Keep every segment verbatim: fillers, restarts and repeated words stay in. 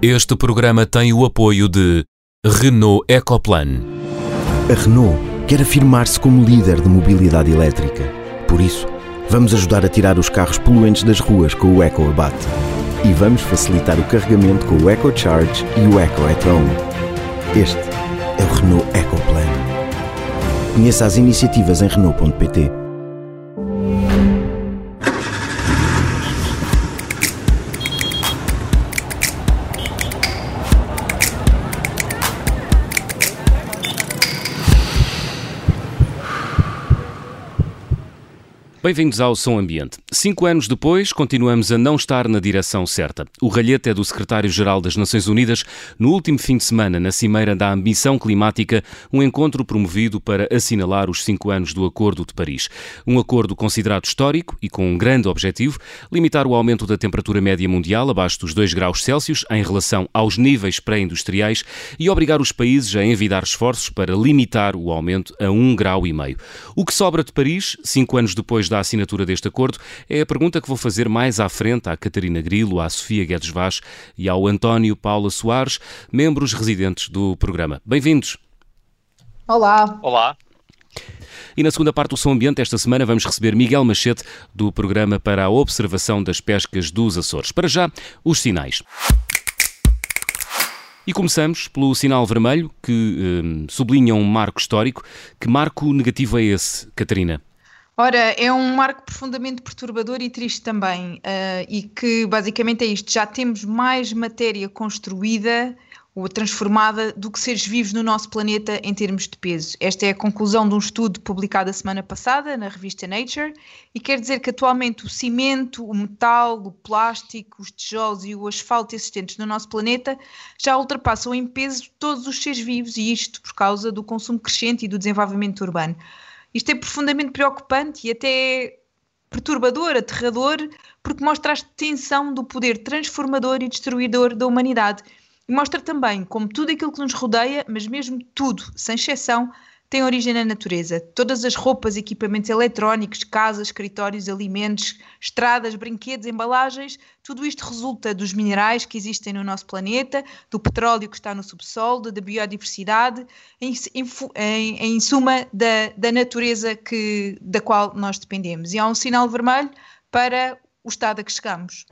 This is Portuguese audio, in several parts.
Este programa tem o apoio de Renault Ecoplan. A Renault quer afirmar-se como líder de mobilidade elétrica. Por isso, vamos ajudar a tirar os carros poluentes das ruas com o EcoAbate. E vamos facilitar o carregamento com o EcoCharge e o EcoAtHome. Este é o Renault Ecoplan. Conheça as iniciativas em Renault ponto pt. Bem-vindos ao Som Ambiente. Cinco anos depois, continuamos a não estar na direção certa. O ralhete é do secretário-geral das Nações Unidas no último fim de semana, na Cimeira da Ambição Climática, um encontro promovido para assinalar os cinco anos do Acordo de Paris. Um acordo considerado histórico e com um grande objetivo, limitar o aumento da temperatura média mundial abaixo dos dois graus Celsius em relação aos níveis pré-industriais e obrigar os países a envidar esforços para limitar o aumento a um grau e meio. O que sobra de Paris, cinco anos depois da assinatura deste acordo, é a pergunta que vou fazer mais à frente à Catarina Grilo, à Sofia Guedes Vaz e ao António Paula Soares, membros residentes do programa. Bem-vindos. Olá. Olá. E na segunda parte do Som Ambiente, esta semana, vamos receber Miguel Machete, do Programa para a Observação das Pescas dos Açores. Para já, os sinais. E começamos pelo sinal vermelho, que hum, sublinha um marco histórico. Que marco negativo é esse, Catarina? Ora, é um marco profundamente perturbador e triste também, uh, e que basicamente é isto: já temos mais matéria construída ou transformada do que seres vivos no nosso planeta em termos de peso. Esta é a conclusão de um estudo publicado a semana passada na revista Nature, e quer dizer que atualmente o cimento, o metal, o plástico, os tijolos e o asfalto existentes no nosso planeta já ultrapassam em peso todos os seres vivos, e isto por causa do consumo crescente e do desenvolvimento urbano. Isto é profundamente preocupante e até perturbador, aterrador, porque mostra a extensão do poder transformador e destruidor da humanidade. E mostra também como tudo aquilo que nos rodeia, mas mesmo tudo, sem exceção, tem origem na natureza. Todas as roupas, equipamentos eletrónicos, casas, escritórios, alimentos, estradas, brinquedos, embalagens, tudo isto resulta dos minerais que existem no nosso planeta, do petróleo que está no subsolo, da biodiversidade, em, em, em suma da, da natureza que, da qual nós dependemos. E há um sinal vermelho para o estado a que chegamos.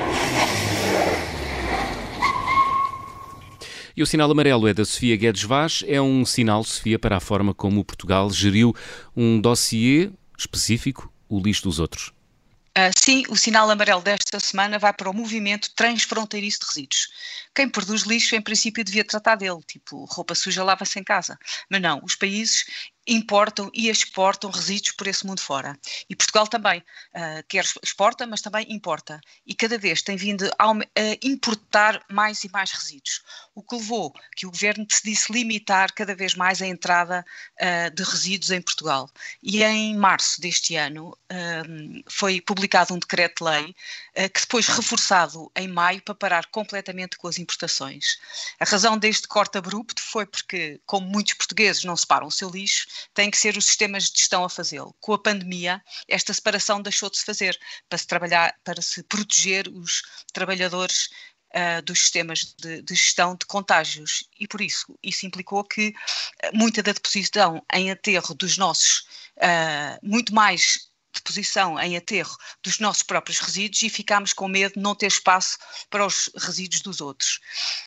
E o sinal amarelo é da Sofia Guedes Vaz. É um sinal, Sofia, para a forma como Portugal geriu um dossiê específico, o lixo dos outros. Uh, sim, o sinal amarelo desta semana vai para o movimento transfronteiriço de resíduos. Quem produz lixo, em princípio, devia tratar dele, tipo, roupa suja lava-se em casa. Mas não, os países importam e exportam resíduos por esse mundo fora. E Portugal também, uh, quer exporta, mas também importa. E cada vez tem vindo a, a importar mais e mais resíduos. O que levou que o governo decidisse limitar cada vez mais a entrada uh, de resíduos em Portugal. E em março deste ano uh, foi publicado um decreto-lei uh, que depois reforçado em maio para parar completamente com as importações. A razão deste corte abrupto foi porque, como muitos portugueses não separam o seu lixo, têm que ser os sistemas de gestão a fazê-lo. Com a pandemia, esta separação deixou de se fazer para se trabalhar, para se proteger os trabalhadores uh, dos sistemas de, de gestão de contágios. E por isso, isso implicou que uh, muita da deposição em aterro dos nossos, uh, muito mais deposição em aterro dos nossos próprios resíduos, e ficámos com medo de não ter espaço para os resíduos dos outros.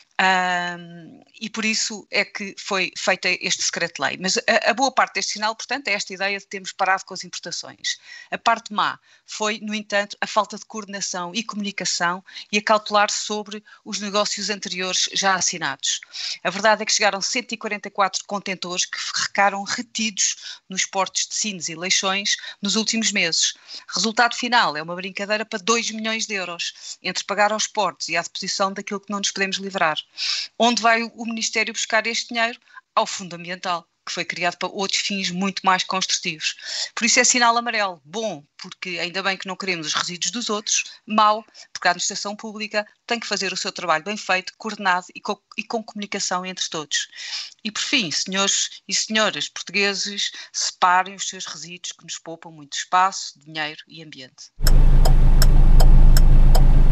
Um, e por isso é que foi feito este decreto-lei. Mas a, a boa parte deste sinal, portanto, é esta ideia de termos parado com as importações. A parte má foi, no entanto, a falta de coordenação e comunicação e a cautelar sobre os negócios anteriores já assinados. A verdade é que chegaram cento e quarenta e quatro contentores que ficaram retidos nos portos de Sines e Leixões nos últimos meses. Resultado final é uma brincadeira para dois milhões de euros, entre pagar aos portos e a deposição daquilo que não nos podemos livrar. Onde vai o Ministério buscar este dinheiro? Ao Fundo Ambiental, que foi criado para outros fins muito mais construtivos. Por isso é sinal amarelo. Bom, porque ainda bem que não queremos os resíduos dos outros. Mau, porque a administração pública tem que fazer o seu trabalho bem feito, coordenado e com, e com comunicação entre todos. E por fim, senhores e senhoras portugueses, separem os seus resíduos, que nos poupam muito espaço, dinheiro e ambiente.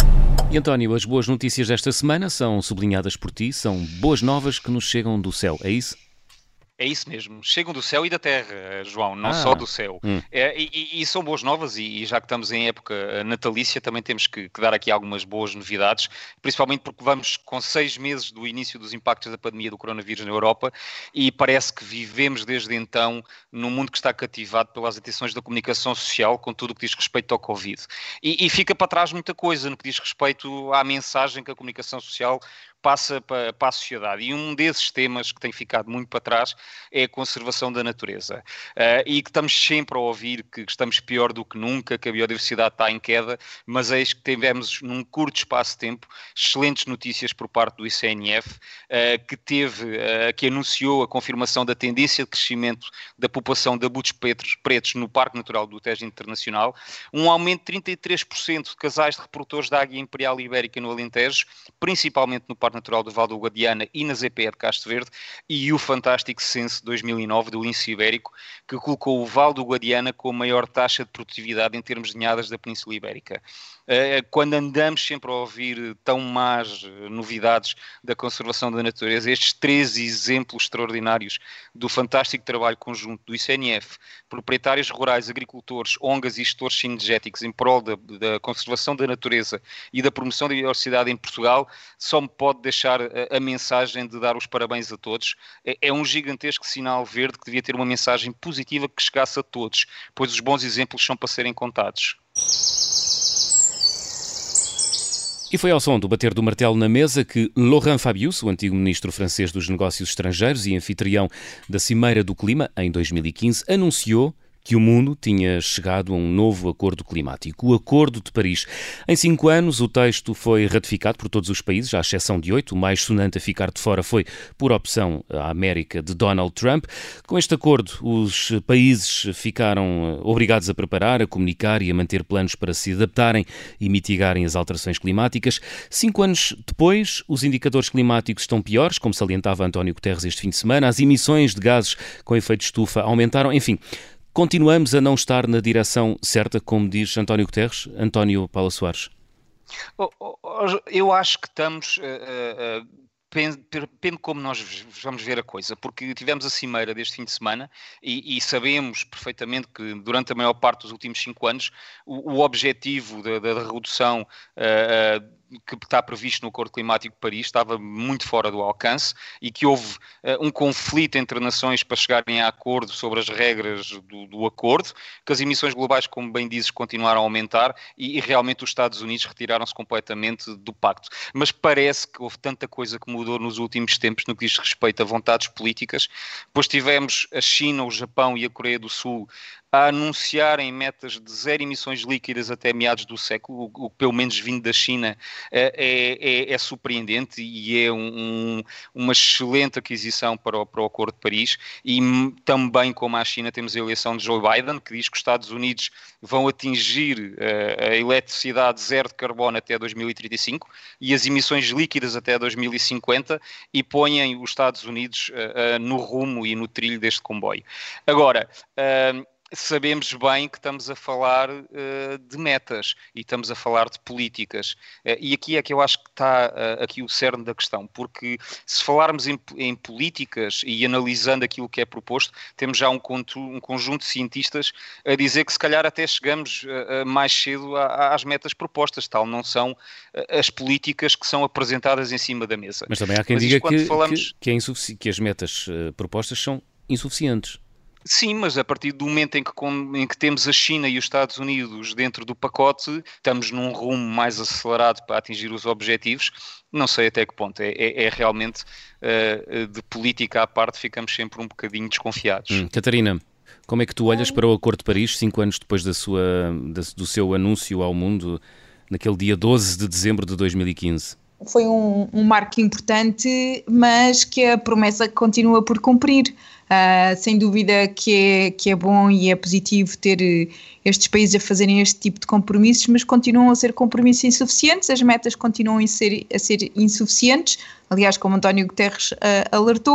E António, as boas notícias desta semana são sublinhadas por ti, são boas novas que nos chegam do céu, é isso? É isso mesmo, chegam do céu e da terra, João, não ah, só do céu. Hum. É, e, e são boas novas, e, e já que estamos em época natalícia, também temos que, que dar aqui algumas boas novidades, principalmente porque vamos com seis meses do início dos impactos da pandemia do coronavírus na Europa, e parece que vivemos desde então num mundo que está cativado pelas atenções da comunicação social, com tudo o que diz respeito ao Covid. E, e fica para trás muita coisa no que diz respeito à mensagem que a comunicação social passa para, para a sociedade. E um desses temas que tem ficado muito para trás é a conservação da natureza. Uh, e que estamos sempre a ouvir que estamos pior do que nunca, que a biodiversidade está em queda, mas eis que tivemos, num curto espaço de tempo, excelentes notícias por parte do I C N F, uh, que teve, uh, que anunciou a confirmação da tendência de crescimento da população de abutres pretos, pretos no Parque Natural do Tejo Internacional, um aumento de trinta e três por cento de casais de reprodutores da águia imperial ibérica no Alentejo, principalmente no Parque Natural do Val do Guadiana e na Z P E de Castro Verde, e o fantástico censo dois mil e nove do Lince Ibérico, que colocou o Val do Guadiana com a maior taxa de produtividade em termos de ninhadas da Península Ibérica. Quando andamos sempre a ouvir tão más novidades da conservação da natureza, estes três exemplos extraordinários do fantástico trabalho conjunto do I C N F, proprietários rurais, agricultores, ongas e gestores sinergéticos em prol da, da conservação da natureza e da promoção da biodiversidade em Portugal, só me pode deixar a, a mensagem de dar os parabéns a todos. É, é um gigantesco sinal verde que devia ter uma mensagem positiva que chegasse a todos, pois os bons exemplos são para serem contados. E foi ao som do bater do martelo na mesa que Laurent Fabius, o antigo ministro francês dos Negócios Estrangeiros e anfitrião da Cimeira do Clima em dois mil e quinze, anunciou que o mundo tinha chegado a um novo acordo climático, o Acordo de Paris. Em cinco anos, o texto foi ratificado por todos os países, à exceção de oito. O mais sonante a ficar de fora foi, por opção, a América de Donald Trump. Com este acordo, os países ficaram obrigados a preparar, a comunicar e a manter planos para se adaptarem e mitigarem as alterações climáticas. Cinco anos depois, os indicadores climáticos estão piores, como salientava António Guterres este fim de semana. As emissões de gases com efeito de estufa aumentaram. Enfim, continuamos a não estar na direção certa, como diz António Guterres. António Paula Soares. Eu acho que estamos... Uh, uh, Depende como nós vamos ver a coisa, porque tivemos a cimeira deste fim de semana e, e sabemos perfeitamente que durante a maior parte dos últimos cinco anos o, o objetivo da, da redução uh, uh, que está previsto no Acordo Climático de Paris estava muito fora do alcance e que houve uh, um conflito entre nações para chegarem a acordo sobre as regras do, do acordo, que as emissões globais, como bem dizes, continuaram a aumentar e, e realmente os Estados Unidos retiraram-se completamente do pacto. Mas parece que houve tanta coisa que mudou nos últimos tempos no que diz respeito a vontades políticas, pois tivemos a China, o Japão e a Coreia do Sul a anunciarem metas de zero emissões líquidas até meados do século, o que pelo menos vindo da China é, é, é surpreendente e é um, um, uma excelente aquisição para o, para o Acordo de Paris. E também, como a China, temos a eleição de Joe Biden, que diz que os Estados Unidos vão atingir uh, a eletricidade zero de carbono até dois mil e trinta e cinco e as emissões líquidas até dois mil e cinquenta, e põem os Estados Unidos uh, uh, no rumo e no trilho deste comboio. Agora, uh, sabemos bem que estamos a falar uh, de metas e estamos a falar de políticas. Uh, e aqui é que eu acho que está uh, aqui o cerne da questão, porque se falarmos em, em políticas e analisando aquilo que é proposto, temos já um, um conjunto de cientistas a dizer que se calhar até chegamos uh, mais cedo a, às metas propostas, tal não são uh, as políticas que são apresentadas em cima da mesa. Mas também há quem Mas diga que, falamos... que, que, é que as metas uh, propostas são insuficientes. Sim, mas a partir do momento em que, em que temos a China e os Estados Unidos dentro do pacote, estamos num rumo mais acelerado para atingir os objetivos. Não sei até que ponto. É, é, é realmente uh, de política à parte, ficamos sempre um bocadinho desconfiados. Hum, Catarina, como é que tu olhas para o Acordo de Paris, cinco anos depois da sua, da, do seu anúncio ao mundo, naquele dia doze de dezembro de dois mil e quinze? Foi um, um marco importante, mas que a promessa continua por cumprir. Uh, sem dúvida que é, que é bom e é positivo ter estes países a fazerem este tipo de compromissos, mas continuam a ser compromissos insuficientes, as metas continuam a ser, a ser insuficientes, aliás, como António Guterres uh, alertou,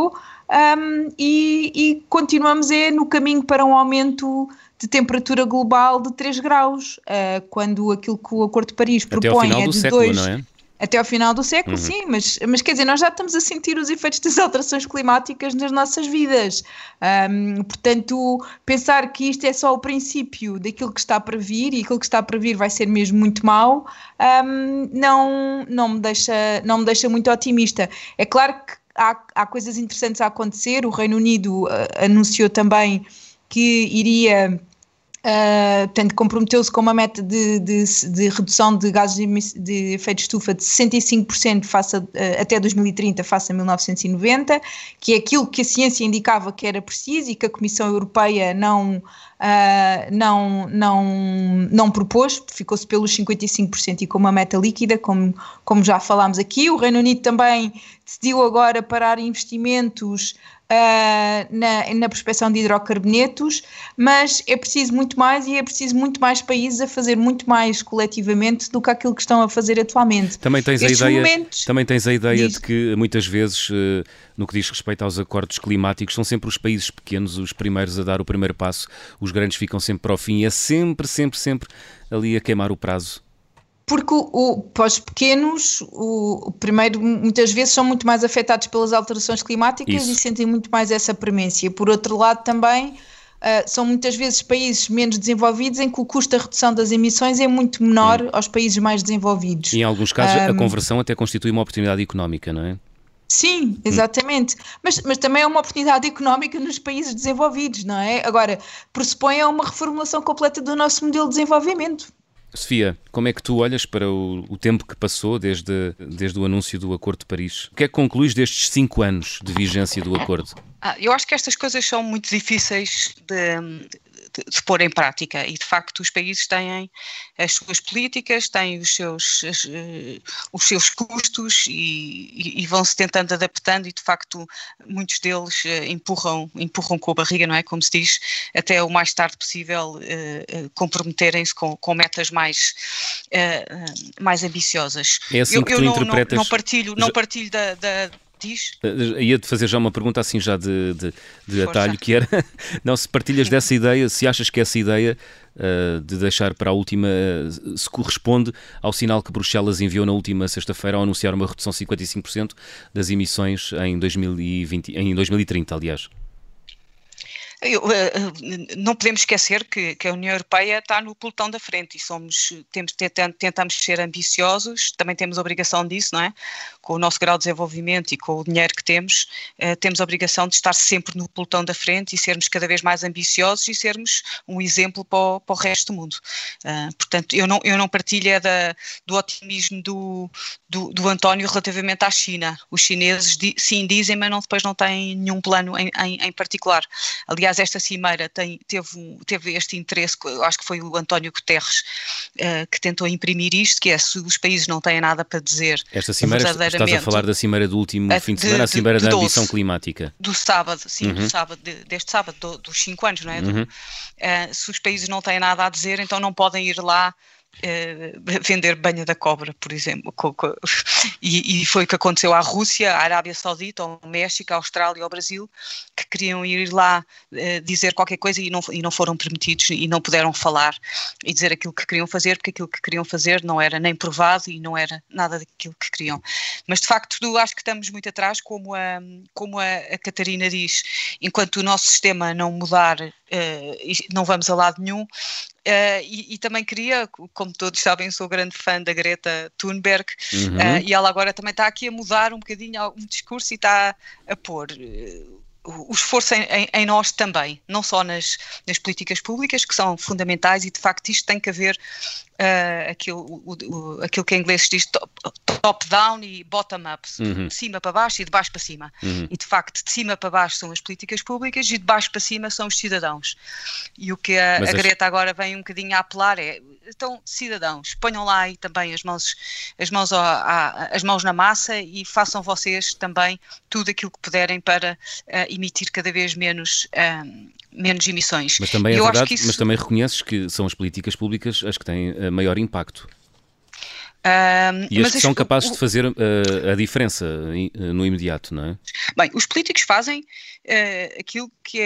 um, e, e continuamos é, no caminho para um aumento de temperatura global de três graus, uh, quando aquilo que o Acordo de Paris propõe é de dois... Não é? Até ao final do século, uhum. sim, mas, mas quer dizer, nós já estamos a sentir os efeitos das alterações climáticas nas nossas vidas. Um, portanto, pensar que isto é só o princípio daquilo que está para vir e aquilo que está para vir vai ser mesmo muito mau, um, não, não, me deixa, não me deixa muito otimista. É claro que há, há coisas interessantes a acontecer. O Reino Unido uh, anunciou também que iria... Uh, portanto, comprometeu-se com uma meta de, de, de redução de gases de, de efeito de estufa de sessenta e cinco por cento face a, uh, até dois mil e trinta, face a mil novecentos e noventa, que é aquilo que a ciência indicava que era preciso e que a Comissão Europeia não, uh, não, não, não propôs, ficou-se pelos cinquenta e cinco por cento e com uma meta líquida, como, como já falámos aqui. O Reino Unido também decidiu agora parar investimentos Uh, na, na prospecção de hidrocarbonetos, mas é preciso muito mais e é preciso muito mais países a fazer muito mais coletivamente do que aquilo que estão a fazer atualmente. Também tens a ideia, momentos, também tens a ideia diz... de que muitas vezes, uh, no que diz respeito aos acordos climáticos, são sempre os países pequenos os primeiros a dar o primeiro passo, os grandes ficam sempre para o fim e é sempre, sempre, sempre ali a queimar o prazo. Porque o, o, para os pequenos, o, o primeiro, muitas vezes são muito mais afetados pelas alterações climáticas Isso. E sentem muito mais essa premência. Por outro lado também, uh, são muitas vezes países menos desenvolvidos em que o custo da redução das emissões é muito menor hum. aos países mais desenvolvidos. E em alguns casos um, a conversão até constitui uma oportunidade económica, não é? Sim, exatamente, hum. mas, mas também é uma oportunidade económica nos países desenvolvidos, não é? Agora, pressupõe uma reformulação completa do nosso modelo de desenvolvimento. Sofia, como é que tu olhas para o, o tempo que passou desde, desde o anúncio do Acordo de Paris? O que é que concluís destes cinco anos de vigência do Acordo? Ah, eu acho que estas coisas são muito difíceis de, de, de pôr em prática e, de facto, os países têm as suas políticas, têm os seus, as, uh, os seus custos e, e, e vão-se tentando adaptando e, de facto, muitos deles uh, empurram, empurram com a barriga, não é? Como se diz, até o mais tarde possível uh, uh, comprometerem-se com, com metas mais, uh, uh, mais ambiciosas. É assim eu, que eu tu não, interpretas... não, não partilho, não partilho da... da Diz? Ia-te fazer já uma pergunta assim já de, de, de atalho, que era, não, se partilhas Sim. dessa ideia, se achas que essa ideia uh, de deixar para a última uh, se corresponde ao sinal que Bruxelas enviou na última sexta-feira ao anunciar uma redução de cinquenta e cinco por cento das emissões em dois mil e vinte, em dois mil e trinta, aliás. Eu, uh, não podemos esquecer que, que a União Europeia está no pelotão da frente e somos, temos, tentamos ser ambiciosos, também temos a obrigação disso, não é? Com o nosso grau de desenvolvimento e com o dinheiro que temos, uh, temos a obrigação de estar sempre no pelotão da frente e sermos cada vez mais ambiciosos e sermos um exemplo para o, para o resto do mundo. Uh, portanto, eu não, eu não partilho é da, do otimismo do, do, do António relativamente à China. Os chineses di, sim dizem, mas não, depois não têm nenhum plano em, em, em particular. Aliás, Aliás, esta cimeira tem, teve, teve este interesse, acho que foi o António Guterres uh, que tentou imprimir isto, que é se os países não têm nada para dizer. Esta cimeira, estás a falar da cimeira do último a, fim de, de semana, a cimeira de, de da ambição doze, climática. Do sábado, sim, uhum. do sábado, de, deste sábado, do, dos cinco anos, não é? Uhum. Do, uh, se os países não têm nada a dizer, então não podem ir lá Uh, vender banha da cobra, por exemplo, e, e foi o que aconteceu à Rússia, à Arábia Saudita, ao México, à Austrália e ao Brasil, que queriam ir lá uh, dizer qualquer coisa e não, e não foram permitidos e não puderam falar e dizer aquilo que queriam fazer, porque aquilo que queriam fazer não era nem provado e não era nada daquilo que queriam. Mas de facto acho que estamos muito atrás, como a, como a, a Catarina diz, enquanto o nosso sistema não mudar, uh, não vamos a lado nenhum. Uh, e, e também queria, como todos sabem, sou grande fã da Greta Thunberg, uhum. uh, e ela agora também está aqui a mudar um bocadinho o discurso e está a pôr uh, o esforço em, em, em nós também, não só nas, nas políticas públicas, que são fundamentais, e de facto isto tem que haver uh, aquilo, o, o, aquilo que em inglês diz top, top down e bottom up, uhum. de cima para baixo e de baixo para cima. Uhum. E de facto de cima para baixo são as políticas públicas e de baixo para cima são os cidadãos. E o que a, a Greta as... agora vem um bocadinho a apelar é, então cidadãos, ponham lá aí também as mãos, as mãos, a, a, as mãos na massa e façam vocês também tudo aquilo que puderem para uh, emitir cada vez menos, uh, menos emissões. Mas também, é eu verdade, acho que isso... mas também reconheces que são as políticas públicas as que têm uh, maior impacto. Uh, e as que são capazes o, de fazer uh, a diferença uh, no imediato, não é? Bem, os políticos fazem uh, aquilo, que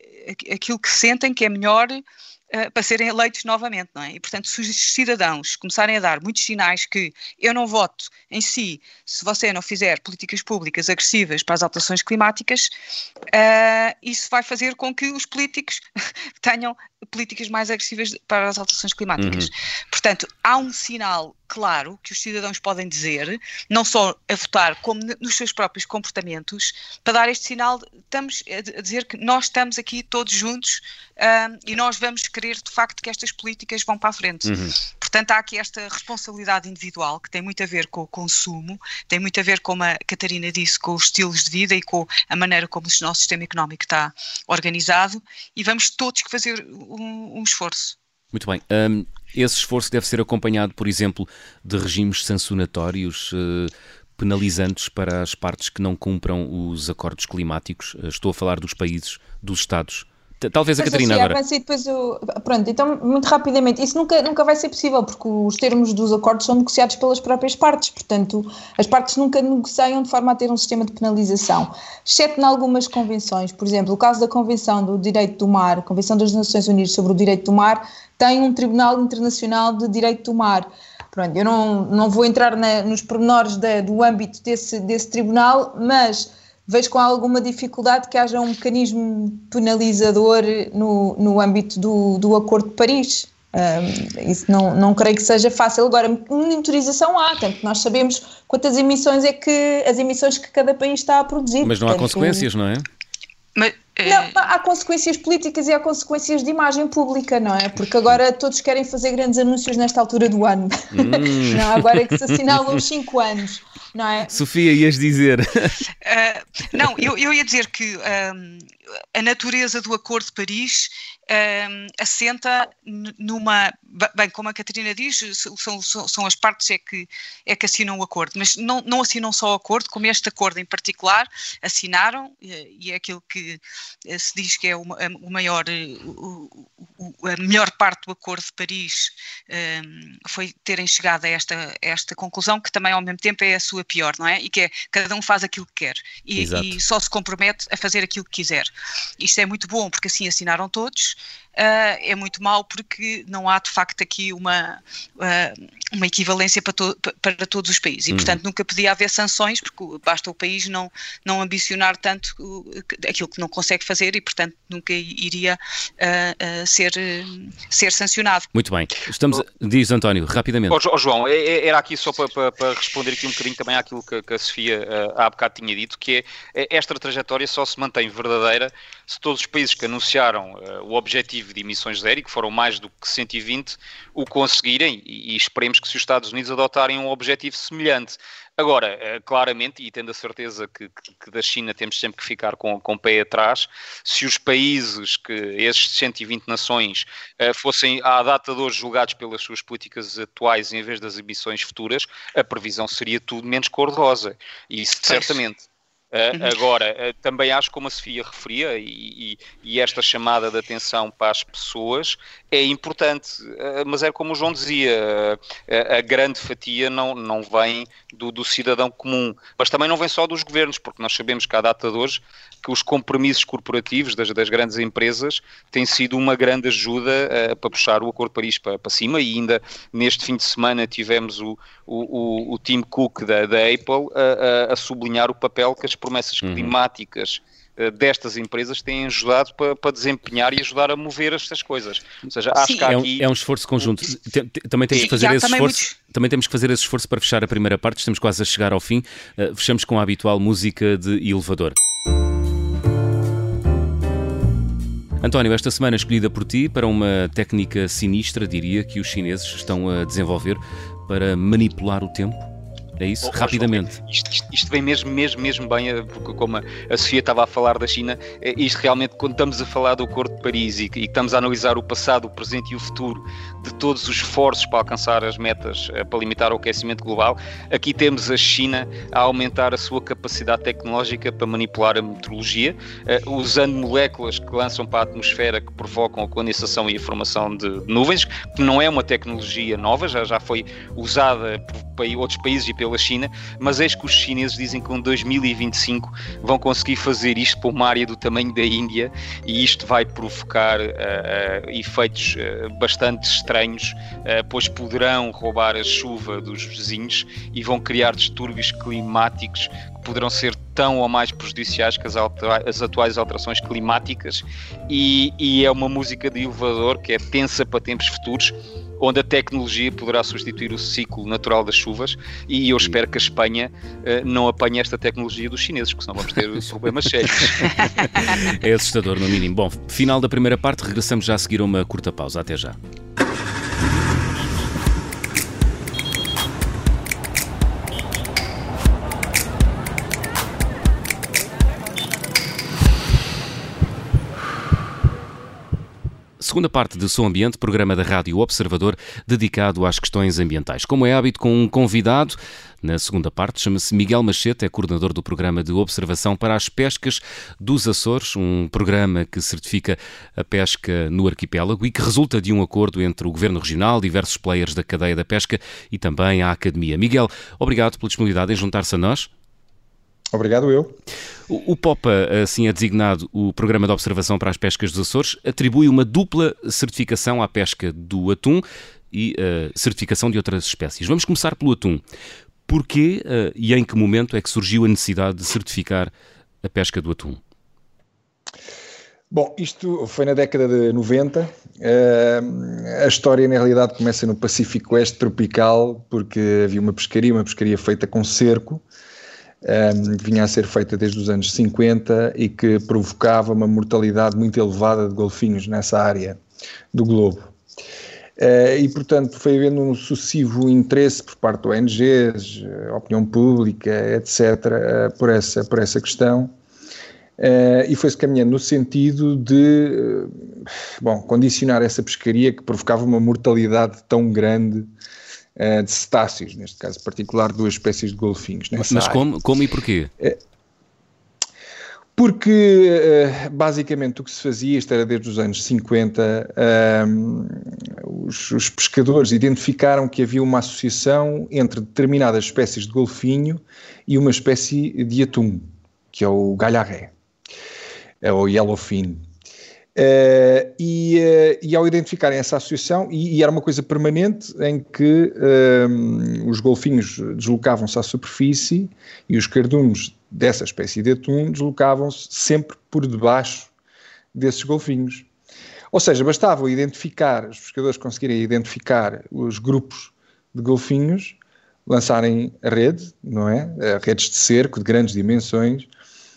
é, aquilo que sentem que é melhor uh, para serem eleitos novamente, não é? E, portanto, se os cidadãos começarem a dar muitos sinais que eu não voto em si, se você não fizer políticas públicas agressivas para as alterações climáticas, uh, isso vai fazer com que os políticos tenham políticas mais agressivas para as alterações climáticas. Uhum. Portanto, há um sinal claro que os cidadãos podem dizer, não só a votar, como nos seus próprios comportamentos, para dar este sinal, estamos a dizer que nós estamos aqui todos juntos um, e nós vamos querer, de facto, que estas políticas vão para a frente. Uhum. Portanto, há aqui esta responsabilidade individual que tem muito a ver com o consumo, tem muito a ver, como a Catarina disse, com os estilos de vida e com a maneira como o nosso sistema económico está organizado, e vamos todos fazer um, um esforço. Muito bem. Um, esse esforço deve ser acompanhado, por exemplo, de regimes sancionatórios uh, penalizantes para as partes que não cumpram os acordos climáticos. Uh, estou a falar dos países, dos Estados. Talvez a pois Catarina assim, agora. E depois o... Pronto, então muito rapidamente, isso nunca, nunca vai ser possível, porque os termos dos acordos são negociados pelas próprias partes, portanto as partes nunca negociam de forma a ter um sistema de penalização, exceto em algumas convenções. Por exemplo, o caso da Convenção do Direito do Mar, a Convenção das Nações Unidas sobre o Direito do Mar, tem um Tribunal Internacional de Direito do Mar. Pronto, eu não, não vou entrar na, nos pormenores da, do âmbito desse, desse tribunal, mas vejo com alguma dificuldade que haja um mecanismo penalizador no, no âmbito do, do Acordo de Paris. Um, isso não, não creio que seja fácil. Agora, monitorização há, tanto que nós sabemos quantas emissões é que, as emissões que cada país está a produzir. Mas não portanto, há consequências, não é? Mas, não, há consequências políticas e há consequências de imagem pública, não é? Porque agora todos querem fazer grandes anúncios nesta altura do ano. Hum. Não, agora é que se assinalam os cinco anos, não é? Sofia, ias dizer? Uh, não, eu, eu ia dizer que um, a natureza do Acordo de Paris um, assenta numa... Bem, como a Catarina diz, são, são, são as partes é que, é que assinam o acordo, mas não, não assinam só o acordo, como este acordo em particular, assinaram, e é aquilo que se diz que é o, o maior, o, o, a melhor parte do Acordo de Paris, um, foi terem chegado a esta, a esta conclusão, que também ao mesmo tempo é a sua pior, não é? E que é, cada um faz aquilo que quer e, e só se compromete a fazer aquilo que quiser. Isto é muito bom porque assim assinaram todos, uh, é muito mau porque não há de facto aqui uma, uh, uma equivalência para, to, para todos os países e, uhum. portanto, nunca podia haver sanções porque basta o país não, não ambicionar tanto aquilo que não consegue fazer e, portanto, nunca iria uh, uh, ser, uh, ser sancionado. Muito bem. Estamos... Diz, António, rapidamente. Oh, oh, João, era aqui só para, para, para responder aqui um bocadinho também àquilo que, que a Sofia uh, há bocado tinha dito, que é esta trajetória só se mantém verdadeira se todos os países que anunciaram uh, o objetivo de emissões zero, e que foram mais do que cento e vinte, o conseguirem, e, e esperemos que se os Estados Unidos adotarem um objetivo semelhante. Agora, claramente, e tendo a certeza que, que, que da China temos sempre que ficar com, com o pé atrás, se os países, que esses cento e vinte nações, uh, fossem à data de hoje julgados pelas suas políticas atuais em vez das emissões futuras, a previsão seria tudo menos cor-de-rosa. E isso certamente. Uh, uhum. Agora, uh, também acho, como a Sofia referia, e, e, e esta chamada de atenção para as pessoas é importante, uh, mas é como o João dizia, uh, a grande fatia não, não vem do, do cidadão comum, mas também não vem só dos governos, porque nós sabemos que à data de hoje que os compromissos corporativos das, das grandes empresas têm sido uma grande ajuda uh, para puxar o Acordo de Paris para, para cima, e ainda neste fim de semana tivemos o, o, o Tim Cook da, da Apple a, a, a sublinhar o papel que as promessas uhum. climáticas uh, destas empresas têm ajudado para, para desempenhar e ajudar a mover estas coisas. Ou seja, acho Sim, que há é um, aqui... é um esforço conjunto. Também temos que fazer esse também esforço. Muitos... Também temos que fazer esse esforço para fechar a primeira parte. Estamos quase a chegar ao fim. Uh, fechamos com a habitual música de elevador. António, esta semana escolhida por ti para uma técnica sinistra, diria, que os chineses estão a desenvolver para manipular o tempo. É isso? Oh, Rapidamente. Isto, isto, isto vem mesmo, mesmo, mesmo bem, porque como a Sofia estava a falar da China, isto realmente, quando estamos a falar do Acordo de Paris e, e estamos a analisar o passado, o presente e o futuro de todos os esforços para alcançar as metas, para limitar o aquecimento global, aqui temos a China a aumentar a sua capacidade tecnológica para manipular a meteorologia, usando moléculas que lançam para a atmosfera que provocam a condensação e a formação de nuvens, que não é uma tecnologia nova, já, já foi usada por outros países e pela China, mas eis que os chineses dizem que em dois mil e vinte e cinco vão conseguir fazer isto para uma área do tamanho da Índia, e isto vai provocar uh, uh, efeitos uh, bastante estranhos, uh, pois poderão roubar a chuva dos vizinhos e vão criar distúrbios climáticos que poderão ser tão ou mais prejudiciais que as, as atuais alterações climáticas, e, e é uma música de elevador que é tensa para tempos futuros, onde a tecnologia poderá substituir o ciclo natural das chuvas, e eu espero que a Espanha uh, não apanhe esta tecnologia dos chineses, porque senão vamos ter problemas sérios. É assustador, no mínimo. Bom, final da primeira parte, regressamos já a seguir a uma curta pausa. Até já. Segunda parte de Som Ambiente, programa da Rádio Observador dedicado às questões ambientais. Como é hábito, com um convidado. Na segunda parte, chama-se Miguel Machete, é coordenador do programa de observação para as pescas dos Açores, um programa que certifica a pesca no arquipélago e que resulta de um acordo entre o Governo Regional, diversos players da cadeia da pesca e também a Academia. Miguel, obrigado pela disponibilidade em juntar-se a nós. Obrigado eu. O, o POPA, assim é designado o Programa de Observação para as Pescas dos Açores, atribui uma dupla certificação à pesca do atum e uh, certificação de outras espécies. Vamos começar pelo atum. Porquê uh, e em que momento é que surgiu a necessidade de certificar a pesca do atum? Bom, isto foi na década de noventa. Uh, a história, na realidade, começa no Pacífico Oeste tropical, porque havia uma pescaria, uma pescaria feita com cerco, Um, que vinha a ser feita desde os anos cinquenta e que provocava uma mortalidade muito elevada de golfinhos nessa área do globo. Uh, e, portanto, foi havendo um sucessivo interesse por parte de O N Gs, opinião pública, etcétera, uh, por, essa, por essa questão. Uh, e foi-se caminhando no sentido de, uh, bom, condicionar essa pescaria que provocava uma mortalidade tão grande de cetáceos, neste caso particular, duas espécies de golfinhos. Mas como, como e porquê? Porque, basicamente, o que se fazia, isto era desde os anos cinquenta, um, os, os pescadores identificaram que havia uma associação entre determinadas espécies de golfinho e uma espécie de atum, que é o galharré, é o yellowfin. Uh, e, uh, e ao identificarem essa associação, e, e era uma coisa permanente em que um, os golfinhos deslocavam-se à superfície e os cardumes dessa espécie de atum deslocavam-se sempre por debaixo desses golfinhos. Ou seja, bastava identificar, os pescadores conseguirem identificar os grupos de golfinhos, lançarem a rede, não é? Redes de cerco de grandes dimensões,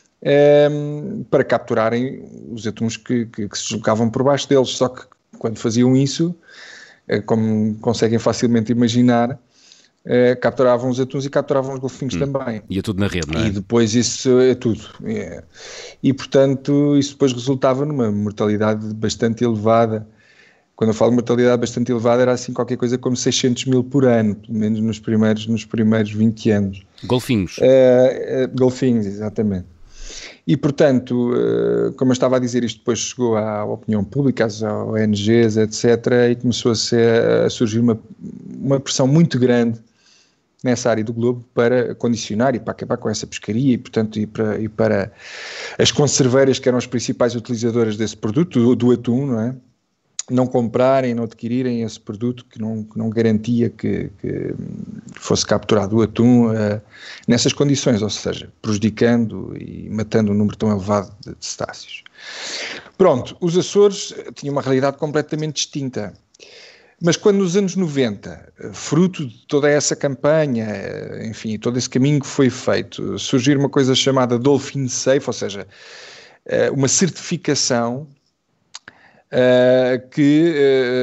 Um, para capturarem os atuns que, que, que se deslocavam por baixo deles. Só que quando faziam isso, como conseguem facilmente imaginar, uh, capturavam os atuns e capturavam os golfinhos hum. também. E é tudo na rede, não é? E depois isso é tudo. É. E portanto isso depois resultava numa mortalidade bastante elevada. Quando eu falo de mortalidade bastante elevada, era assim qualquer coisa como seiscentos mil por ano, pelo menos nos primeiros, nos primeiros vinte anos. Golfinhos. Uh, uh, golfinhos, exatamente. E, portanto, como eu estava a dizer, isto depois chegou à opinião pública, às O N Gs, etcétera, e começou a, ser, a surgir uma, uma pressão muito grande nessa área do globo para condicionar e para acabar com essa pescaria e, portanto, e para, e para as conserveiras, que eram as principais utilizadoras desse produto, do, do atum, não é? Não comprarem, não adquirirem esse produto que não, que não garantia que, que fosse capturado o atum uh, nessas condições, ou seja, prejudicando e matando um número tão elevado de, de cetáceos. Pronto, os Açores tinham uma realidade completamente distinta. Mas quando nos anos noventa, fruto de toda essa campanha, enfim, todo esse caminho que foi feito, surgiu uma coisa chamada Dolphin Safe, ou seja, uma certificação uh, que,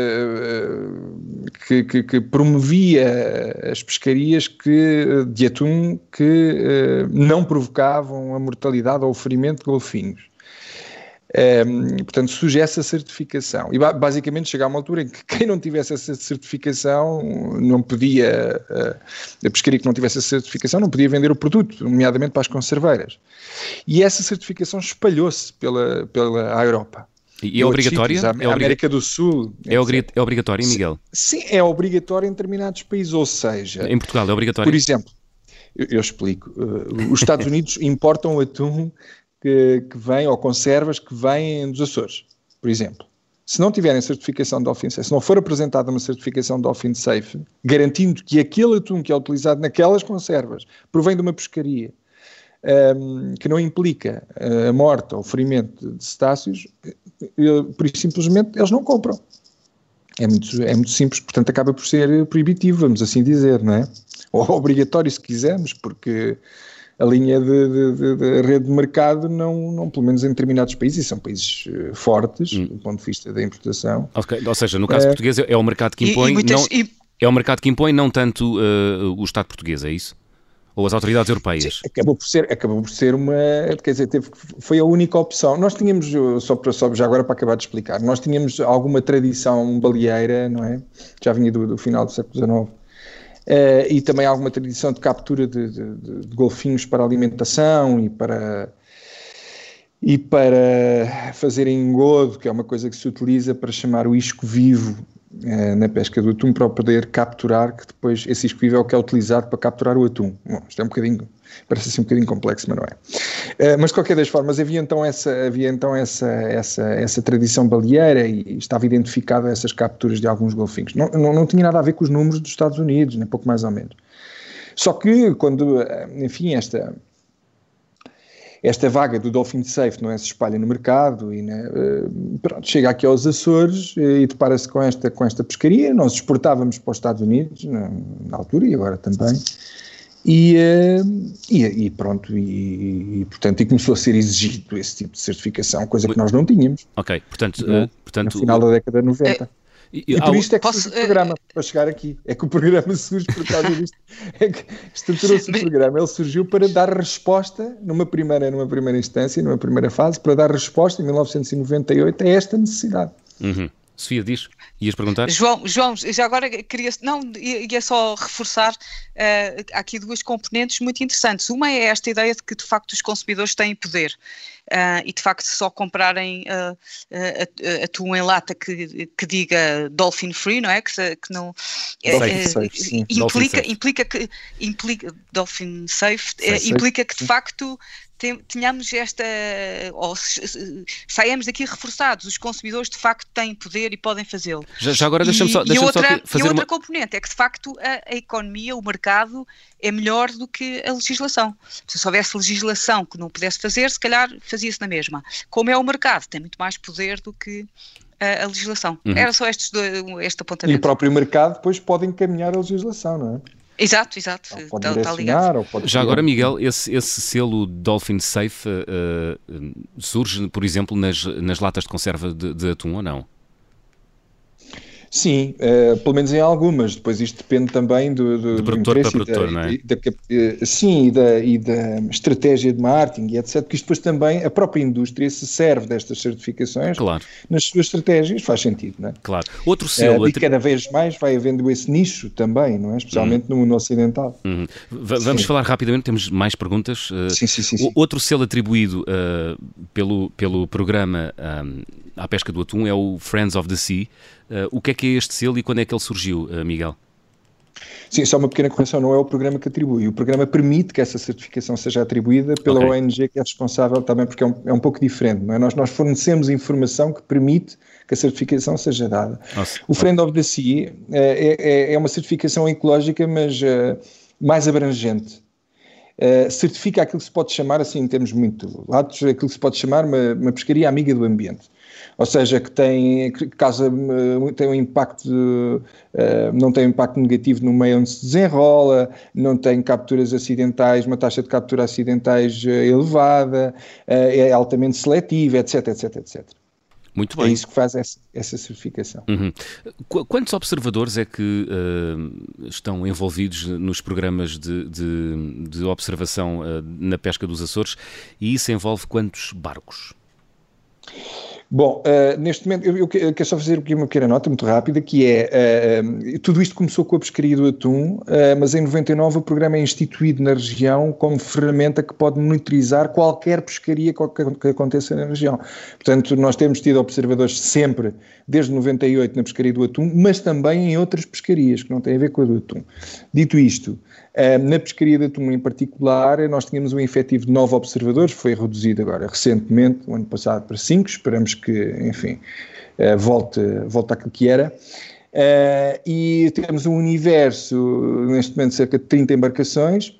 uh, que, que, que promovia as pescarias que, de atum que uh, não provocavam a mortalidade ou o ferimento de golfinhos. Um, portanto, surge essa certificação e basicamente chega a uma altura em que quem não tivesse essa certificação não podia, uh, a pescaria que não tivesse essa certificação não podia vender o produto, nomeadamente para as conserveiras, e essa certificação espalhou-se pela, pela Europa. E é obrigatória? A é América obrig... do Sul. É, obri... é obrigatório, Miguel? Sim, é obrigatório em determinados países, ou seja... Em Portugal é obrigatório? Por exemplo, eu, eu explico, uh, os Estados Unidos importam atum Que, que vêm, ou conservas que vêm dos Açores, por exemplo. Se não tiverem certificação de Dolphin Safe, se não for apresentada uma certificação de Dolphin Safe, garantindo que aquele atum que é utilizado naquelas conservas provém de uma pescaria um, que não implica a morte ou o ferimento de cetáceos, por isso simplesmente eles não compram. É muito, é muito simples, portanto acaba por ser proibitivo, vamos assim dizer, não é? Ou obrigatório se quisermos, porque a linha de, de, de, de rede de mercado, não, não, pelo menos em determinados países, e são países uh, fortes, hum. do ponto de vista da importação. Okay. Ou seja, no caso é, português é o mercado que impõe, e, e muitas, não, e... é o mercado que impõe, não tanto uh, o Estado português, é isso? Ou as autoridades europeias? Sim, acabou por ser, acabou por ser uma, quer dizer, teve, foi a única opção. Nós tínhamos, só, para, só já agora para acabar de explicar, nós tínhamos alguma tradição baleeira, não é? Já vinha do, do final do século dezenove. Uh, e também há alguma tradição de captura de, de, de, de golfinhos para alimentação e para, e para fazer engodo, que é uma coisa que se utiliza para chamar o isco vivo uh, na pesca do atum, para o poder capturar, que depois esse isco vivo é o que é utilizado para capturar o atum. Bom, isto é um bocadinho, parece assim um bocadinho complexo, mas não é. Uh, mas de qualquer das formas havia então essa, havia então essa, essa, essa tradição baleeira e estava identificada essas capturas de alguns golfinhos. Não, não, não tinha nada a ver com os números dos Estados Unidos, nem pouco mais ou menos. Só que quando, enfim, esta, esta vaga do Dolphin Safe, não é, se espalha no mercado e né, pronto, chega aqui aos Açores e depara-se com esta, com esta pescaria. Nós exportávamos para os Estados Unidos na, na altura e agora também. E, e, e pronto, e, e portanto e começou a ser exigido esse tipo de certificação, coisa que nós não tínhamos. Ok, portanto... Uh, portanto no final da década de noventa. É, e, e por isto é que posso, surge o programa, é, para chegar aqui. É que o programa surge por causa disto. É que estruturou-se o programa. Ele surgiu para dar resposta, numa primeira, numa primeira instância, numa primeira fase, para dar resposta, em mil novecentos e noventa e oito, a esta necessidade. Uhum. Sofia, diz, ias perguntar? João, João, já agora queria, não, ia só reforçar, uh, há aqui duas componentes muito interessantes. Uma é esta ideia de que de facto os consumidores têm poder uh, e de facto só comprarem uh, uh, atum em lata que, que diga Dolphin Free, não é? Que, que não, Dolphin uh, Safe, sim. Implica, Dolphin safe. implica que, implica, Dolphin Safe, uh, implica que de facto tenhamos esta, ou saiamos daqui reforçados, os consumidores de facto têm poder e podem fazê-lo. Já, já agora deixa-me só, deixa e outra, só fazer e outra uma... componente é que de facto a, a economia, o mercado é melhor do que a legislação. Se houvesse legislação que não pudesse fazer, se calhar fazia-se na mesma. Como é o mercado, tem muito mais poder do que a, a legislação. Uhum. Era só estes dois, este apontamento. E o próprio mercado depois pode encaminhar a legislação, não é? Exato, exato. Ou pode tá, direcionar, tá ou pode Já agora, Miguel, esse, esse selo Dolphin Safe uh, uh, surge, por exemplo, nas, nas latas de conserva de, de atum ou não? Sim, uh, pelo menos em algumas. Depois isto depende também do, do, do produtor do para produtor, da, não é? Da, da, sim, e da, e da estratégia de marketing e etcétera. Porque isto depois também, a própria indústria se serve destas certificações, claro, nas suas estratégias, faz sentido, não é? Claro. Outro selo... Uh, e cada vez mais vai havendo esse nicho também, não é? Especialmente uhum. no mundo ocidental. Uhum. V- vamos sim. falar rapidamente, temos mais perguntas. Uh, sim, sim, sim, sim. Outro selo atribuído uh, pelo, pelo programa um, à pesca do atum é o Friends of the Sea. Uh, o que é que é este selo e quando é que ele surgiu, uh, Miguel? Sim, só uma pequena correção, não é o programa que atribui. O programa permite que essa certificação seja atribuída pela okay. O N G, que é responsável também, porque é um, é um pouco diferente, não é? Nós, nós fornecemos informação que permite que a certificação seja dada. Nossa. O Friend of the Sea uh, é, é uma certificação ecológica, mas uh, mais abrangente. Uh, certifica aquilo que se pode chamar, assim em termos muito latos, aquilo que se pode chamar uma, uma pescaria amiga do ambiente. Ou seja, que tem, que causa, tem um impacto, uh, não tem um impacto negativo no meio onde se desenrola, não tem capturas acidentais, uma taxa de captura acidentais uh, elevada, uh, é altamente seletiva, etc, etc, etcétera. Muito bem. É isso que faz essa, essa certificação. Uhum. Qu- Quantos observadores é que uh, estão envolvidos nos programas de, de, de observação uh, na pesca dos Açores, e isso envolve quantos barcos? Bom, uh, neste momento, eu, eu quero só fazer aqui uma pequena nota muito rápida, que é, uh, uh, tudo isto começou com a pescaria do atum, uh, mas em noventa e nove o programa é instituído na região como ferramenta que pode monitorizar qualquer pescaria que, que aconteça na região. Portanto, nós temos tido observadores sempre, desde noventa e oito, na pescaria do atum, mas também em outras pescarias, que não têm a ver com a do atum. Dito isto, uh, na pescaria do atum em particular, nós tínhamos um efetivo de nove observadores, foi reduzido agora recentemente, o ano passado, para cinco, esperamos que, enfim, uh, volte, volte àquilo que era. Uh, e temos um universo, neste momento, cerca de trinta embarcações,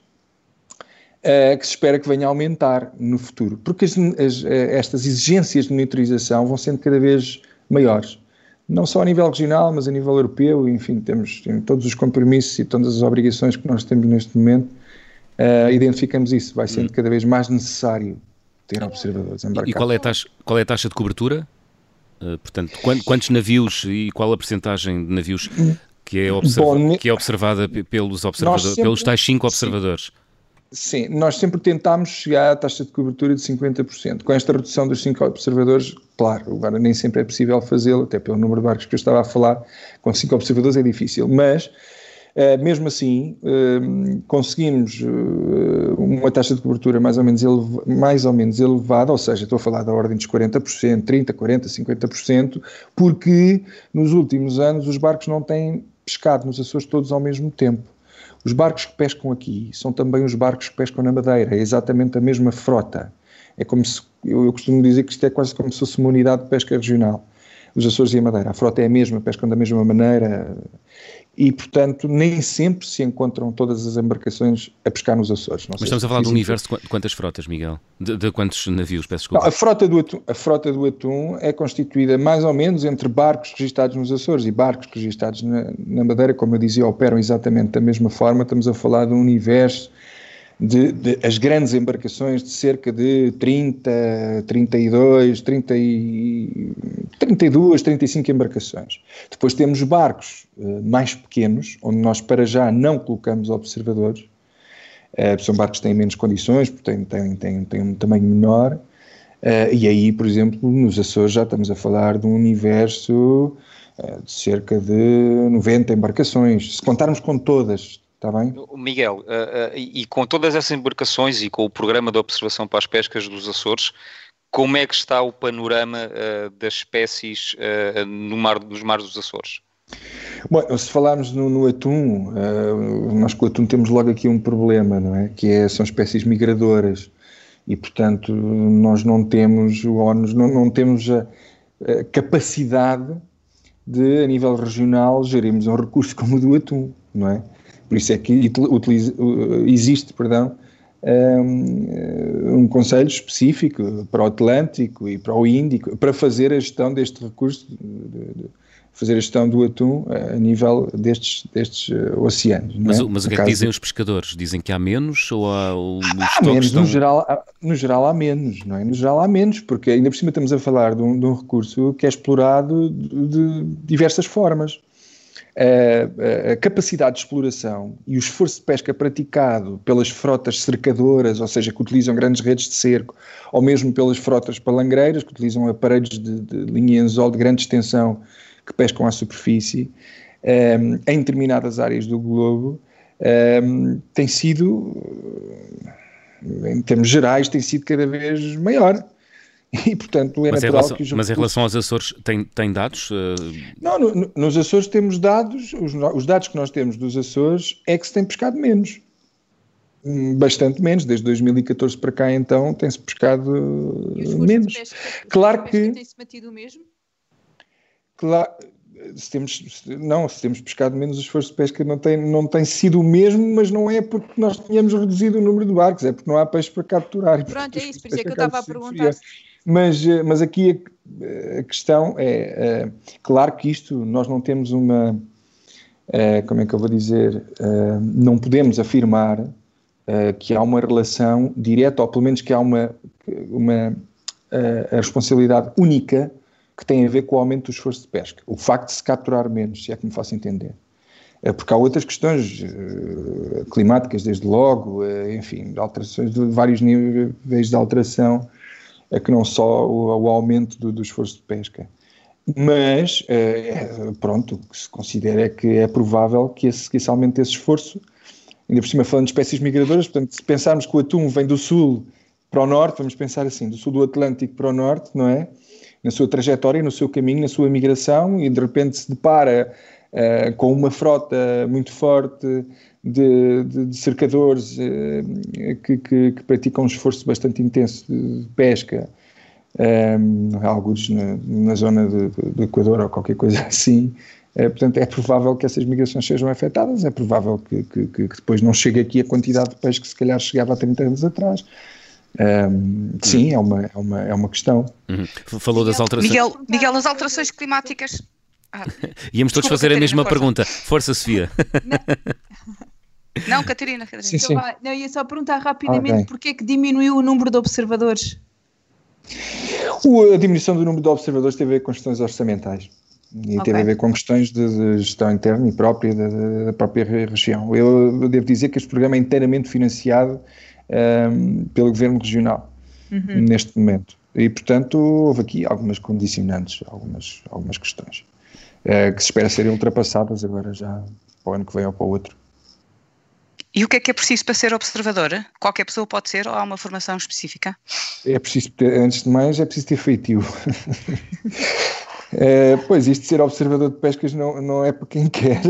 uh, que se espera que venha a aumentar no futuro, porque as, as, estas exigências de monitorização vão sendo cada vez maiores. Não só a nível regional, mas a nível europeu, enfim, temos, temos todos os compromissos e todas as obrigações que nós temos neste momento, uh, identificamos isso, vai sendo cada vez mais necessário ter observadores embarcados. E qual é a taxa, qual é a taxa de cobertura? Uh, portanto, quantos navios e qual a percentagem de navios que é, observa, Bom, que é observada pelos, observadores, sempre, pelos tais cinco observadores? Sim, sim, nós sempre tentámos chegar à taxa de cobertura de cinquenta por cento. Com esta redução dos cinco observadores, claro, agora nem sempre é possível fazê-lo, até pelo número de barcos que eu estava a falar, com cinco observadores é difícil, mas uh, mesmo assim uh, conseguimos uh, uma taxa de cobertura mais ou, menos eleva, mais ou menos elevada, ou seja, estou a falar da ordem dos quarenta por cento, trinta por cento, quarenta por cento, cinquenta por cento, porque nos últimos anos os barcos não têm pescado nos Açores todos ao mesmo tempo. Os barcos que pescam aqui são também os barcos que pescam na Madeira, é exatamente a mesma frota. É como se, eu, eu costumo dizer que isto é quase como se fosse uma unidade de pesca regional. Os Açores e a Madeira, a frota é a mesma, pescam da mesma maneira e, portanto, nem sempre se encontram todas as embarcações a pescar nos Açores. Não Mas estamos a falar de um universo de quantas frotas, Miguel? De, de quantos navios, peço desculpa? Não, a, frota do atum, a frota do atum é constituída mais ou menos entre barcos registados nos Açores e barcos registados na, na Madeira, como eu dizia, operam exatamente da mesma forma. Estamos a falar de um universo de, de as grandes embarcações de cerca de trinta, trinta e dois, trinta e, trinta e duas, trinta e cinco embarcações. Depois temos barcos uh, mais pequenos, onde nós para já não colocamos observadores. Uh, são barcos que têm menos condições, porque têm, têm, têm, têm um tamanho menor. Uh, e aí, por exemplo, nos Açores já estamos a falar de um universo uh, de cerca de noventa embarcações. Se contarmos com todas, está bem? Miguel, uh, uh, e, e com todas essas embarcações e com o programa de observação para as pescas dos Açores, como é que está o panorama uh, das espécies uh, no mar, nos mares dos Açores? Bom, se falarmos no, no atum, uh, nós com o atum temos logo aqui um problema, não é? Que é, são espécies migradoras e, portanto, nós não temos o ónus, não, não temos a, a capacidade de, a nível regional, gerirmos um recurso como o do atum, não é? Por isso é que utiliza, existe, perdão, um, um conselho específico para o Atlântico e para o Índico para fazer a gestão deste recurso, de, de, fazer a gestão do atum a nível destes, destes oceanos. Mas, não é? mas o que é que dizem os pescadores? Dizem que há menos ou há... Ou há menos, estão... no, geral, há, no geral há menos, não é? No geral há menos, porque ainda por cima estamos a falar de um, de um recurso que é explorado de, de diversas formas. A, a capacidade de exploração e o esforço de pesca praticado pelas frotas cercadoras, ou seja, que utilizam grandes redes de cerco, ou mesmo pelas frotas palangreiras, que utilizam aparelhos de, de linha anzol de grande extensão que pescam à superfície, um, em determinadas áreas do globo, um, tem sido, em termos gerais, tem sido cada vez maior. E, portanto, é mas natural relação, que os... Mas em relação aos Açores, tem, tem dados? Uh... Não, no, no, nos Açores temos dados, os, os dados que nós temos dos Açores é que se tem pescado menos. Bastante menos, desde dois mil e catorze para cá, então, tem-se pescado menos. De pesca, claro de que... pesca tem-se mantido o mesmo? Claro, se temos, não, se temos pescado menos, o esforço de pesca não tem, não tem sido o mesmo, mas não é porque nós tenhamos reduzido o número de barcos, é porque não há peixe para capturar. Pronto, é isso, por isso é que eu estava a perguntar. Mas, mas aqui a, a questão é, é, claro que isto, nós não temos uma, é, como é que eu vou dizer, é, não podemos afirmar é, que há uma relação direta, ou pelo menos que há uma, uma a, a responsabilidade única que tem a ver com o aumento do esforço de pesca. O facto de se capturar menos, se é que me faço entender. Porque há outras questões uh, climáticas, desde logo, uh, enfim, alterações de vários níveis de alteração, uh, que não só o, o aumento do, do esforço de pesca. Mas, uh, pronto, o que se considera é que é provável que esse, que esse aumento desse esforço, ainda por cima falando de espécies migradoras, portanto, se pensarmos que o atum vem do sul para o norte, vamos pensar assim, do sul do Atlântico para o norte, não é? Na sua trajetória, no seu caminho, na sua migração, e de repente se depara uh, com uma frota muito forte de, de, de cercadores uh, que, que, que praticam um esforço bastante intenso de, de pesca, um, alguns na, na zona de, de, do Equador ou qualquer coisa assim. Uh, portanto, é provável que essas migrações sejam afetadas, é provável que, que, que depois não chegue aqui a quantidade de peixe que se calhar chegava há trinta anos atrás. Um, sim, é uma, é, uma, é uma questão. Uhum. Falou das alterações. Miguel, Miguel, as alterações climáticas. Ah, Íamos todos fazer a mesma força. pergunta. Força, Sofia. Não, não Catarina. Catarina. Sim, sim. Então, não, ia só perguntar rapidamente okay. porque é que diminuiu o número de observadores? O, a diminuição do número de observadores teve a ver com questões orçamentais. E okay. teve a ver com questões de, de gestão interna e própria da, da própria região. Eu, eu devo dizer que este programa é inteiramente financiado Um, pelo Governo Regional, uhum. neste momento. E, portanto, houve aqui algumas condicionantes, algumas, algumas questões, uh, que se espera serem ultrapassadas agora já para o ano que vem ou para o outro. E o que é que é preciso para ser observadora? Qualquer pessoa pode ser ou há uma formação específica? É preciso ter, antes de mais, é preciso ter feitio. uh, pois, isto de ser observador de pescas não, não é para quem quer.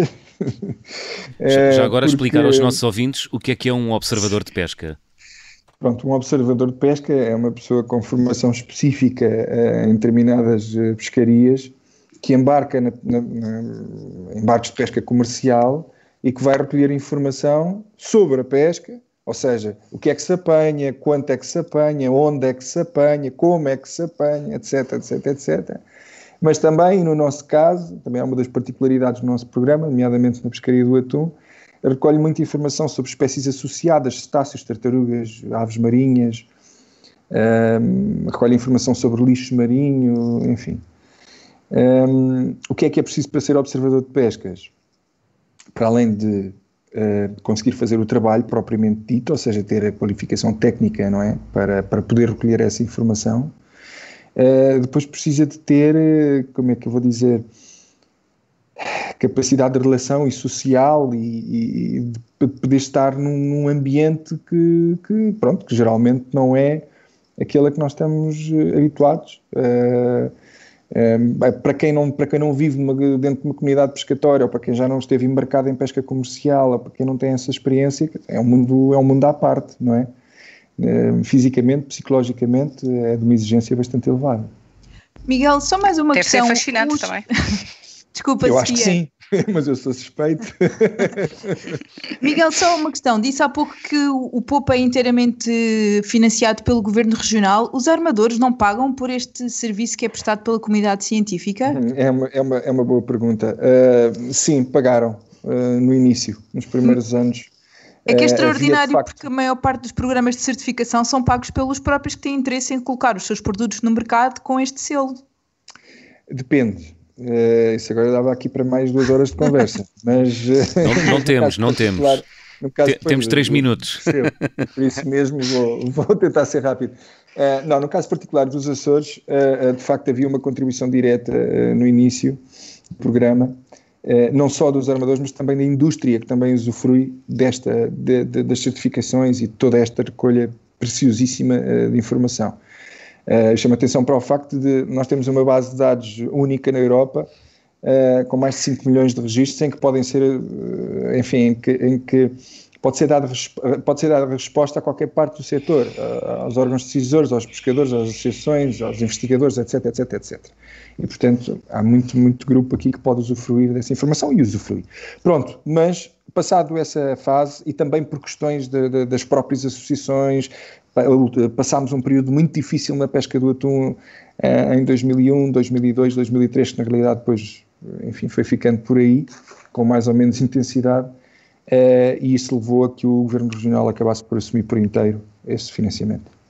uh, já agora porque... explicar aos nossos ouvintes o que é que é um observador de pesca. Pronto, um observador de pesca é uma pessoa com formação específica uh, em determinadas uh, pescarias que embarca na, na, na, em barcos de pesca comercial e que vai recolher informação sobre a pesca, ou seja, o que é que se apanha, quanto é que se apanha, onde é que se apanha, como é que se apanha, etc, etc, etcétera. Mas também, no nosso caso, também é uma das particularidades do nosso programa, nomeadamente na pescaria do atum, recolhe muita informação sobre espécies associadas, cetáceos, tartarugas, aves marinhas, um, recolhe informação sobre lixo marinho, enfim. Um, o que é que é preciso para ser observador de pescas? Para além de uh, conseguir fazer o trabalho propriamente dito, ou seja, ter a qualificação técnica, não é? Para, para poder recolher essa informação, uh, depois precisa de ter, uh, como é que eu vou dizer... capacidade de relação e social e, e de poder estar num, num ambiente que, que, pronto, que geralmente não é aquele a que nós estamos habituados. Uh, uh, para, quem não, para quem não vive numa, dentro de uma comunidade pescatória ou para quem já não esteve embarcado em pesca comercial ou para quem não tem essa experiência, é um mundo, é um mundo à parte, não é? Uh, fisicamente, psicologicamente, é de uma exigência bastante elevada. Miguel, só mais uma Deve questão. Deve ser fascinante Os... também. Desculpa, eu Sofia. acho que sim, mas eu sou suspeito. Miguel, só uma questão. Disse há pouco que o P O P é inteiramente financiado pelo Governo Regional. Os armadores não pagam por este serviço que é prestado pela comunidade científica? É uma, é uma, é uma boa pergunta. Uh, sim, pagaram uh, no início, nos primeiros hum. anos. É que é extraordinário uh, porque a maior parte dos programas de certificação são pagos pelos próprios que têm interesse em colocar os seus produtos no mercado com este selo. Depende. Uh, isso agora dava aqui para mais duas horas de conversa, mas... Uh, não, não temos, não temos. Caso, T- temos três minutos. Por isso mesmo vou, vou tentar ser rápido. Uh, não, no caso particular dos Açores, uh, uh, de facto havia uma contribuição direta uh, no início do programa, uh, não só dos armadores, mas também da indústria, que também usufrui desta, de, de, das certificações e toda esta recolha preciosíssima uh, de informação. Uh, chama atenção para o facto de nós termos uma base de dados única na Europa, uh, com mais de cinco milhões de registros, em que podem ser, uh, enfim, em que, em que pode ser dada, pode ser dada resposta a qualquer parte do setor, uh, aos órgãos decisores, aos pescadores, às associações, aos investigadores, etc, etc, etcétera. E, portanto, há muito, muito grupo aqui que pode usufruir dessa informação e usufruir. Pronto, mas passado essa fase, e também por questões de, de, das próprias associações, passámos um período muito difícil na pesca do atum eh, em dois mil e um, dois mil e dois, dois mil e três, que na realidade depois, enfim, foi ficando por aí, com mais ou menos intensidade, eh, e isso levou a que o Governo Regional acabasse por assumir por inteiro esse financiamento.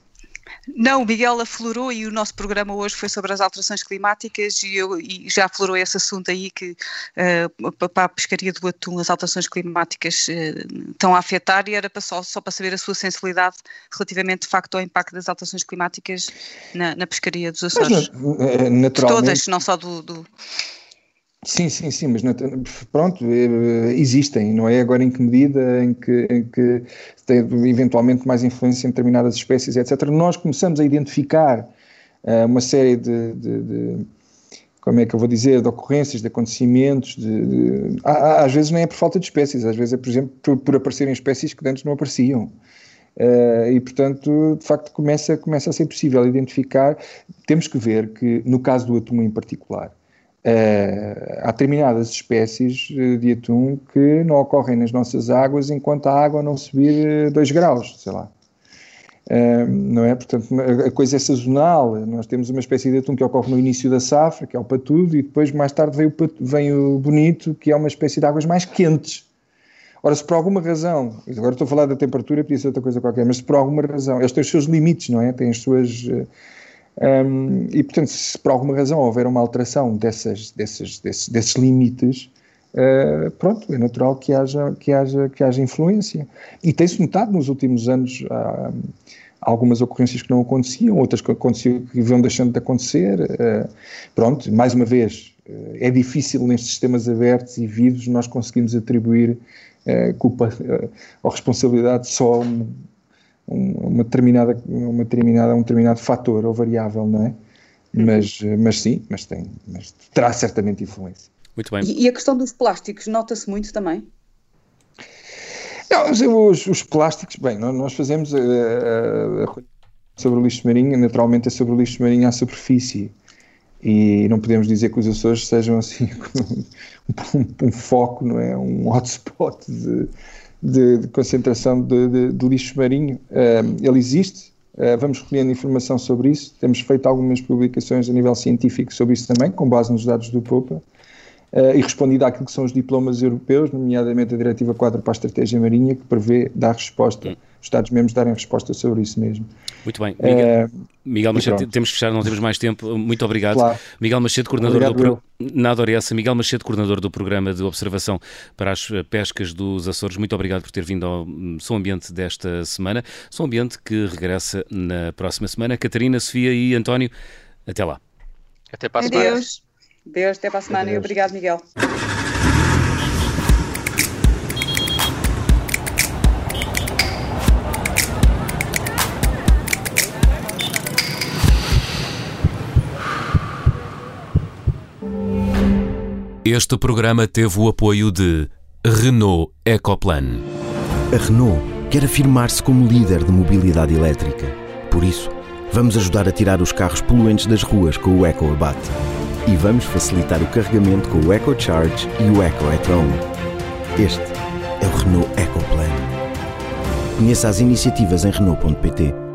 Não, o Miguel aflorou e o nosso programa hoje foi sobre as alterações climáticas e, eu, e já aflorou esse assunto aí que uh, para a pescaria do atum as alterações climáticas uh, estão a afetar e era para só, só para saber a sua sensibilidade relativamente de facto ao impacto das alterações climáticas na, na pescaria dos Açores. Mas, naturalmente... De todas, não só do... do... Sim, sim, sim, mas pronto, existem, não é? Agora em que medida, em que, em que tem eventualmente mais influência em determinadas espécies, etcétera. Nós começamos a identificar uh, uma série de, de, de, como é que eu vou dizer, de ocorrências, de acontecimentos, de, de, às vezes não é por falta de espécies, às vezes é, por exemplo, por, por aparecerem espécies que antes não apareciam. Uh, e, portanto, de facto, começa, começa a ser possível identificar. Temos que ver que, no caso do atum em particular, Uh, há determinadas espécies de atum que não ocorrem nas nossas águas enquanto a água não subir dois graus, sei lá. Uh, não é? Portanto, a coisa é sazonal. Nós temos uma espécie de atum que ocorre no início da safra, que é o patudo, e depois mais tarde vem o, patu, vem o bonito, que é uma espécie de águas mais quentes. Ora, se por alguma razão, agora estou a falar da temperatura, podia ser outra coisa qualquer, mas se por alguma razão, eles têm os seus limites, não é? Têm as suas... Uh, Um, e, portanto, se por alguma razão houver uma alteração dessas, dessas, desses, desses limites, uh, pronto, é natural que haja, que haja, que haja influência. E tem-se notado nos últimos anos há, há algumas ocorrências que não aconteciam, outras que aconteciam que vão deixando de acontecer. Uh, pronto, mais uma vez, uh, é difícil nestes sistemas abertos e vivos nós conseguimos atribuir uh, culpa uh, ou responsabilidade só a um, uma determinada, uma determinada, um determinado fator ou variável, não é? Mas, mas sim, mas tem, mas terá certamente influência. Muito bem. E, e a questão dos plásticos, nota-se muito também? Não, os, os plásticos, bem, nós fazemos a, a, a, sobre o lixo marinho, naturalmente é sobre o lixo marinho à superfície, e não podemos dizer que os Açores sejam assim um, um, um foco, não é? Um hotspot de De, de concentração de, de, de lixo marinho. Uh, ele existe, uh, vamos recolhendo informação sobre isso, temos feito algumas publicações a nível científico sobre isso também, com base nos dados do POPA, uh, e respondido àquilo que são os diplomas europeus, nomeadamente a Diretiva quatro para a Estratégia Marinha, que prevê dar resposta, hum. os Estados-membros darem resposta sobre isso mesmo. Muito bem. Miguel, uh, Miguel Macedo, temos que fechar, não temos mais tempo. Muito obrigado. Claro. Miguel Macedo, coordenador obrigado, do pro... Nada Oressa. Miguel Macedo, coordenador do Programa de Observação para as Pescas dos Açores. Muito obrigado por ter vindo ao Som Ambiente desta semana. Som Ambiente que regressa na próxima semana. Catarina, Sofia e António, até lá. Até para a semana. Adeus. Adeus, até para a semana. Adeus. E obrigado, Miguel. Este programa teve o apoio de Renault Ecoplan. A Renault quer afirmar-se como líder de mobilidade elétrica. Por isso, vamos ajudar a tirar os carros poluentes das ruas com o EcoAbate. E vamos facilitar o carregamento com o EcoCharge e o EcoAtHome. Este é o Renault Ecoplan. Conheça as iniciativas em Renault ponto pt.